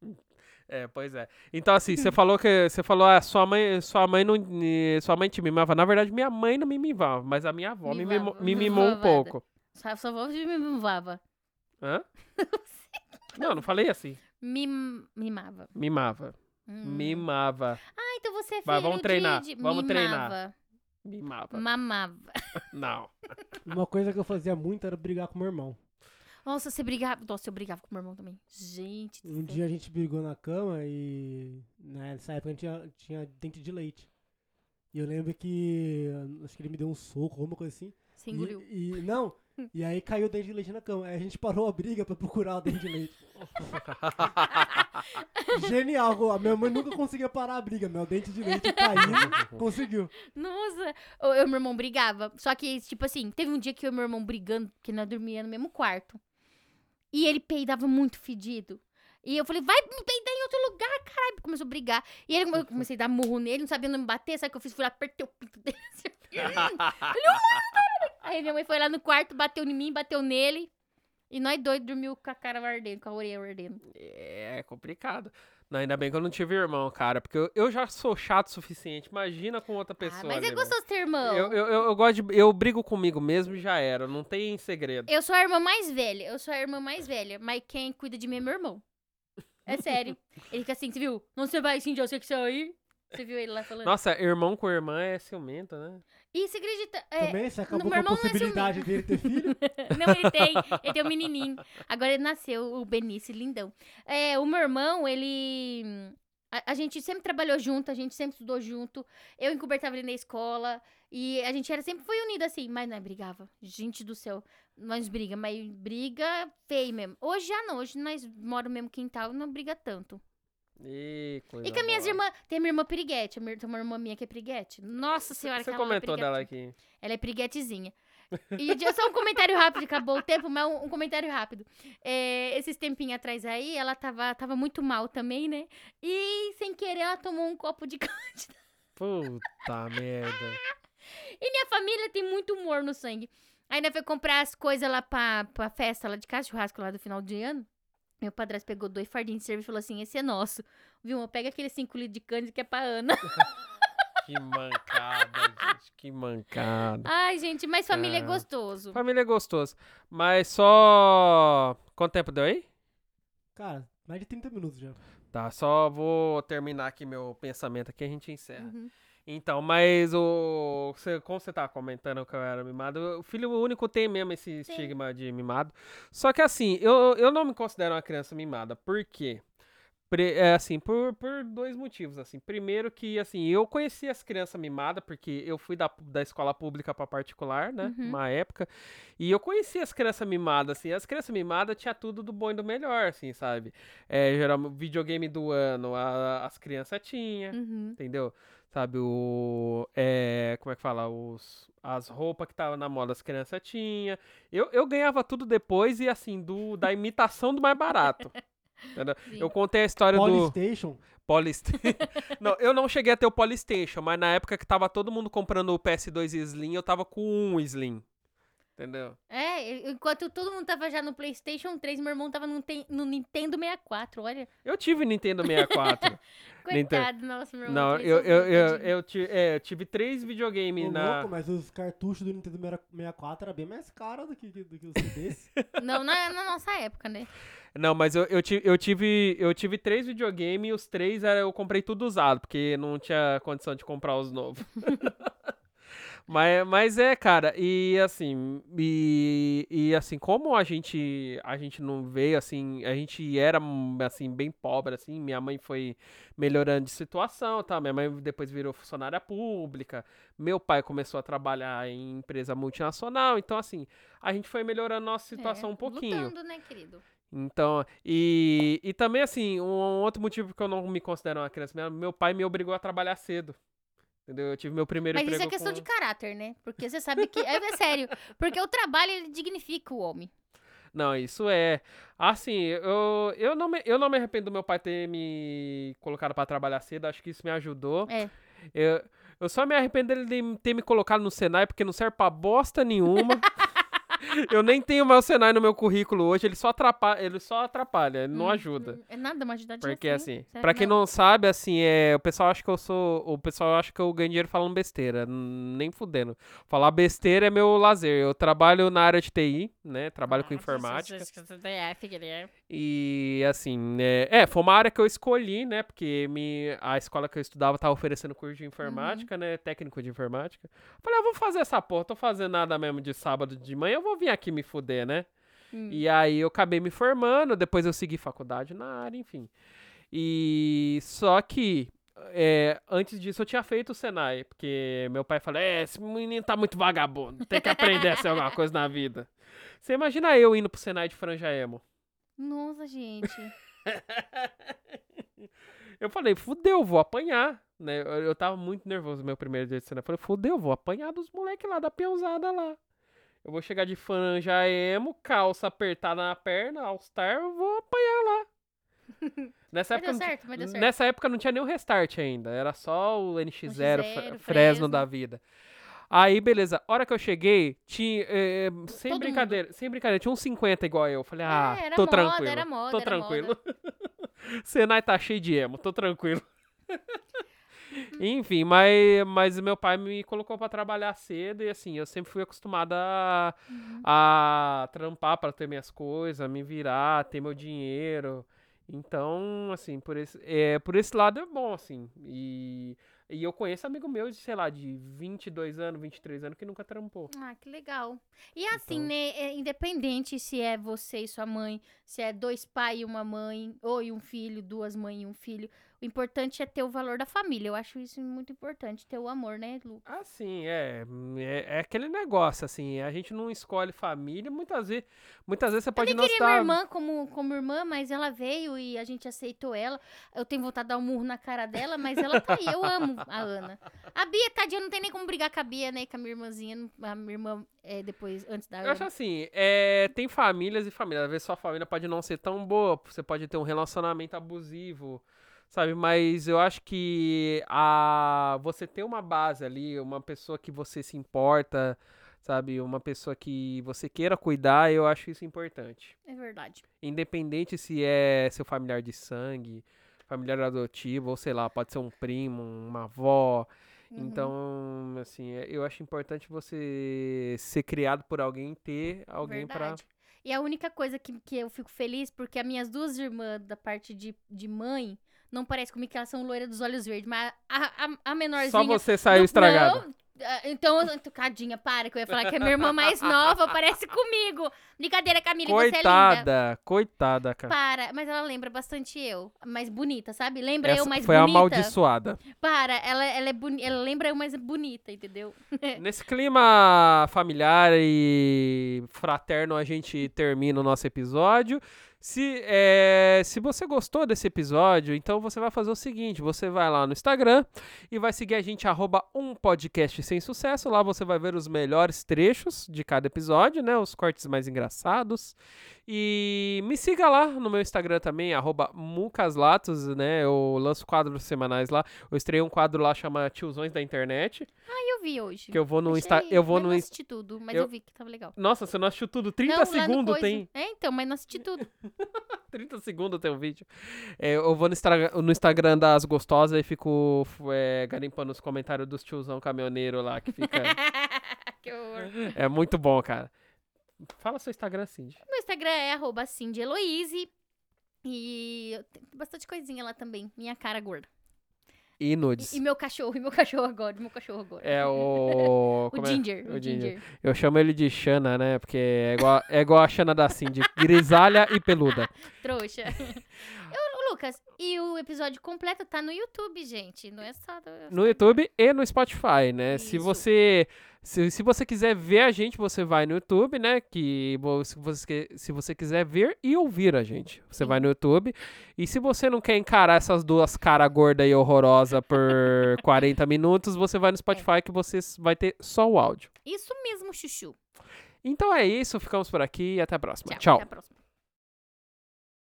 É, pois é. Então assim, você falou que você falou, ah, sua mãe, sua mãe não, eh, sua mãe te mimava. Na verdade, minha mãe não me mimava, mas a minha avó me, Mimava, mimou, me mimou um mimavada. pouco. Sua, sua avó me mimava. Hã? Não, não falei assim. Mim, mimava. Mimava. Hum. Mimava. Ah, então você é filho Vai, vamos de- treinar, de- vamos treinar. mimava. Mimava. Mamava. Não. Uma coisa que eu fazia muito era brigar com meu irmão. Nossa, você brigava. Nossa, eu brigava com meu irmão também. Gente. do Um céu. dia a gente brigou na cama e né, nessa época a gente tinha, tinha dente de leite. E eu lembro que acho que ele me deu um soco, alguma coisa assim. Você engoliu. E, e- não, e aí caiu o dente de leite na cama. Aí a gente parou a briga pra procurar o dente de leite. Genial, a minha mãe nunca conseguia parar a briga. Meu dente de leite caindo, conseguiu. Nossa, eu, eu e meu irmão brigava. Só que, tipo assim, teve um dia que eu e meu irmão brigando, porque nós dormíamos no mesmo quarto. E ele peidava muito fedido. E eu falei, vai me peidar em outro lugar, caralho. Começou a brigar. E ele, eu comecei a dar murro nele, não sabia não me bater. Sabe o que eu fiz? Fui lá, apertei o pinto dele. Assim. Ele, "Não manda!" Aí minha mãe foi lá no quarto, bateu em mim, bateu nele. E nós dois dormiu com a cara ardendo, com a orelha ardendo. É complicado. Não, ainda bem que eu não tive irmão, cara, porque eu, eu já sou chato o suficiente. Imagina com outra pessoa. Ah, mas ali, é velho. gostoso ter irmão. Eu, eu, eu, eu gosto de. Eu brigo comigo mesmo e já era. Não tem segredo. Eu sou a irmã mais velha. Eu sou a irmã mais velha. Mas quem cuida de mim é meu irmão. É sério. Ele fica assim, você viu? Não você vai assim de você que sair. Você viu ele lá falando? Nossa, irmão com irmã é ciumento, né? E você acredita? é, Também você acabou meu com a irmão não é possibilidade dele ter filho. Não, ele tem. Ele tem um menininho. Agora ele nasceu, o Benício, lindão. É, o meu irmão, ele... A, a gente sempre trabalhou junto, a gente sempre estudou junto. Eu encobertava ele na escola. E a gente era sempre foi unido assim, mas nós brigava. Gente do céu, nós briga, mas briga feio mesmo. Hoje já não, hoje nós moramos no mesmo quintal e não briga tanto. E, coisa E com as minhas boa. irmãs. Tem a minha irmã piriguete. a minha- Tem uma irmã minha que é piriguete. Nossa senhora, Você que ela é comentou dela piriguete. aqui. Ela é piriguetezinha. E de- só um comentário rápido, acabou o tempo, mas um, um comentário rápido. É, esses tempinhos atrás aí, ela tava, tava muito mal também, né? E sem querer ela tomou um copo de cândida. Puta merda. E minha família tem muito humor no sangue. Ainda foi comprar as coisas lá pra, pra festa lá de casa, churrasco lá do final de ano. Meu padrasto pegou dois fardinhos de cerveja e falou assim, esse é nosso. Viu? Pega aquele cinco litros de cândida que é pra Ana. Que mancada, gente. Que mancada. Ai, gente, mas família é Ah. gostoso. Família é gostoso. Mas só... Quanto tempo deu aí? Cara, mais de trinta minutos já. Tá, só vou terminar aqui meu pensamento aqui e a gente encerra. Uhum. Então, mas o... Você, como você tava comentando que eu era mimado, o filho único tem mesmo esse Sim. estigma de mimado. Só que assim, eu, eu não me considero uma criança mimada. Por quê? Pre- É assim, por, por dois motivos, assim. Primeiro que, assim, eu conheci as crianças mimadas, porque eu fui da, da escola pública pra particular, né, Uhum. uma época, e eu conheci as crianças mimadas, assim, as crianças mimadas tinha tudo do bom e do melhor, assim, sabe? É, geralmente, videogame do ano, a- as crianças tinham, Uhum. entendeu? Sabe, o... É, como é que fala? Os, as roupas que estavam na moda, as crianças tinham. Eu, eu ganhava tudo depois e, assim, do, da imitação do mais barato. Entendeu? Sim. Eu contei a história do Polystation. Polystation. Não, eu não cheguei a ter o Polystation, mas na época que tava todo mundo comprando o P S dois Slim, eu tava com um Slim. Entendeu? É, enquanto todo mundo tava já no PlayStation três, meu irmão tava no, ten- no Nintendo sessenta e quatro, olha. Eu tive Nintendo sessenta e quatro. Coitado, nossa, meu irmão. Não, também eu, sofreu, eu, eu, tadinho. eu, ti- é, eu tive três videogames Ô, na. louco, mas os cartuchos do Nintendo sessenta e quatro era bem mais caro do que, do que os C Ds. Não, na, na nossa época, né? Não, mas eu, eu, ti- eu tive, eu tive três videogames e os três era, eu comprei tudo usado, porque não tinha condição de comprar os novos. Mas, mas é, cara, e assim, e, e assim, como a gente, a gente não veio, assim, a gente era, assim, bem pobre, assim, minha mãe foi melhorando de situação, tá? Minha mãe depois virou funcionária pública, meu pai começou a trabalhar em empresa multinacional, então, assim, a gente foi melhorando a nossa situação É, um pouquinho. Lutando, né, querido? Então, e, e também, assim, um outro motivo que eu não me considero uma criança, meu- meu pai me obrigou a trabalhar cedo. Entendeu? Eu tive meu primeiro Mas isso emprego é questão com... de caráter, né? Porque você sabe que. É, é sério. Porque o trabalho, ele dignifica o homem. Não, isso é. Assim, eu, eu, não me, eu não me arrependo do meu pai ter me colocado pra trabalhar cedo, acho que isso me ajudou. É. Eu, eu só me arrependo dele de ter me colocado no Senai, porque não serve pra bosta nenhuma. Eu nem tenho mais o Senai no meu currículo hoje, ele só atrapalha, ele só atrapalha, ele não Hum, ajuda. hum, É nada, uma ajudadinha Porque assim, Sério, pra quem não sabe, assim, é, o pessoal acha que eu sou, o pessoal acha que eu ganho dinheiro falando besteira, n- nem fudendo. Falar besteira é meu lazer. Eu trabalho na área de T I, né? Trabalho Ah, com informática. É, Figueiredo. E assim, é, é, foi uma área que eu escolhi, né? Porque me, a escola que eu estudava tava oferecendo curso de informática, né? Técnico de informática. Falei, ah, vou fazer essa porra, tô fazendo nada mesmo de sábado de manhã, eu vou vir aqui me fuder, né? Hum. E aí eu acabei me formando, depois eu segui faculdade na área, enfim. E só que é, antes disso eu tinha feito o Senai, porque meu pai falou, é, esse menino tá muito vagabundo, tem que aprender a ser alguma coisa na vida. Você imagina eu indo pro Senai de Franja Emo? Nossa, gente. Eu falei, fudeu, vou apanhar, né? Eu, eu tava muito nervoso no meu primeiro dia de Senai. Eu falei, fudeu, vou apanhar dos moleques lá, da peãozada lá. Eu vou chegar de franja emo, calça apertada na perna, all-star, eu vou apanhar lá. Nessa Mas época, deu não certo, mas deu ti- certo. nessa época não tinha nem o Restart ainda, era só o N X zero, N X zero, Fresno, Fresno. da vida. Aí, beleza, hora que eu cheguei, tinha, eh, sem Todo brincadeira, sem brincadeira, tinha uns cinquenta igual eu. Falei, ah, É, era tô moda, tranquilo, era moda, tô era tranquilo. Senai tá cheio de emo, tô tranquilo. Enfim, mas, mas meu pai me colocou pra trabalhar cedo e assim, eu sempre fui acostumada a, Uhum. a trampar pra ter minhas coisas, me virar, ter meu dinheiro. Então, assim, por esse, é, por esse lado é bom, assim. E, e eu conheço amigo meu de, sei lá, de vinte e dois anos, vinte e três anos que nunca trampou. Ah, que legal. E assim, Então- né, é independente se é você e sua mãe, se é dois pais e uma mãe, ou e um filho, duas mães e um filho, O importante é ter o valor da família. Eu acho isso muito importante, ter o amor, né, Lu? Assim, é, é. É aquele negócio, assim. A gente não escolhe família. Muitas vezes, muitas vezes você pode Eu não nem queria minha estar. irmã como, como irmã, mas ela veio e a gente aceitou ela. Eu tenho vontade de dar um murro na cara dela, mas ela tá aí. Eu amo a Ana. A Bia, tadinha, não tem nem como brigar com a Bia, né? Com a minha irmãzinha. não- A minha irmã, é, depois, antes da Eu acho Ana. assim, é, tem famílias e famílias. Às vezes sua família pode não ser tão boa, você pode ter um relacionamento abusivo, sabe? Mas eu acho que a, você ter uma base ali, uma pessoa que você se importa, sabe? Uma pessoa que você queira cuidar, eu acho isso importante. É verdade. Independente se é seu familiar de sangue, familiar adotivo, ou sei lá, pode ser um primo, uma avó. Uhum. Então, assim, é- eu acho importante você ser criado por alguém, ter alguém pra... Verdade. E a única coisa que, que eu fico feliz, porque as minhas duas irmãs da parte de, de mãe, não parece comigo que elas são loiras dos olhos verdes, mas a, a, a menorzinha... Só você saiu Não, estragado. não, ah, então, tadinha, para, que eu ia falar que a minha irmã mais nova parece comigo. Brincadeira, Camila, você é linda. Coitada, coitada, cara. Para, mas ela lembra bastante eu. Mais bonita, sabe? Lembra Essa eu mais foi bonita. amaldiçoada. Para, ela, ela, é boni... ela lembra eu mais bonita, entendeu? Nesse clima familiar e fraterno, a gente termina o nosso episódio. Se, é, se você gostou desse episódio, então você vai fazer o seguinte, você vai lá no Instagram e vai seguir a gente, arroba um podcast sem sucesso. Lá você vai ver os melhores trechos de cada episódio, né? Os cortes mais engraçados. E me siga lá no meu Instagram também, arroba mucaslatos, né? Eu lanço quadros semanais lá. Eu estreiei um quadro lá chamado Tiozões da Internet. Ah, eu vi hoje. Que eu vou no Achei- Insta... Eu vou mas no não Insta... assisti tudo, mas eu- eu... vi que tava legal. Nossa, você não assistiu tudo? trinta Não, lá no segundos coisa. tem. É, então, mas não assisti tudo. trinta segundos tem o vídeo. É, eu vou no, Instra- no Instagram das gostosas e fico é, garimpando os comentários dos tiozão caminhoneiro lá que fica. Que horror. É muito bom, cara. Fala seu Instagram, Cindy. Meu Instagram é arroba Cindy Eloise. E eu tenho bastante coisinha lá também. Minha cara gorda. E E, nudes. e meu cachorro, e meu cachorro agora, e meu cachorro agora. É o. O como é? Ginger, O o Ginger. Ginger. Eu chamo ele de Xana, né? Porque é igual, é igual a Xana da Cindy. Grisalha e peluda. Trouxa. Eu, ô, Lucas, e o episódio completo tá no YouTube, gente. Não é só... do- No YouTube e no Spotify, né? Se Isso. você se, se você quiser ver a gente, você vai no YouTube, né? Que vo- se você, que- se você quiser ver e ouvir a gente, você Sim. vai no YouTube. E se você não quer encarar essas duas caras gorda e horrorosa por quarenta minutos, você vai no Spotify que você s- vai ter só o áudio. Isso mesmo, chuchu. Então é isso, ficamos por aqui e até a próxima. Tchau. Tchau. Até a próxima.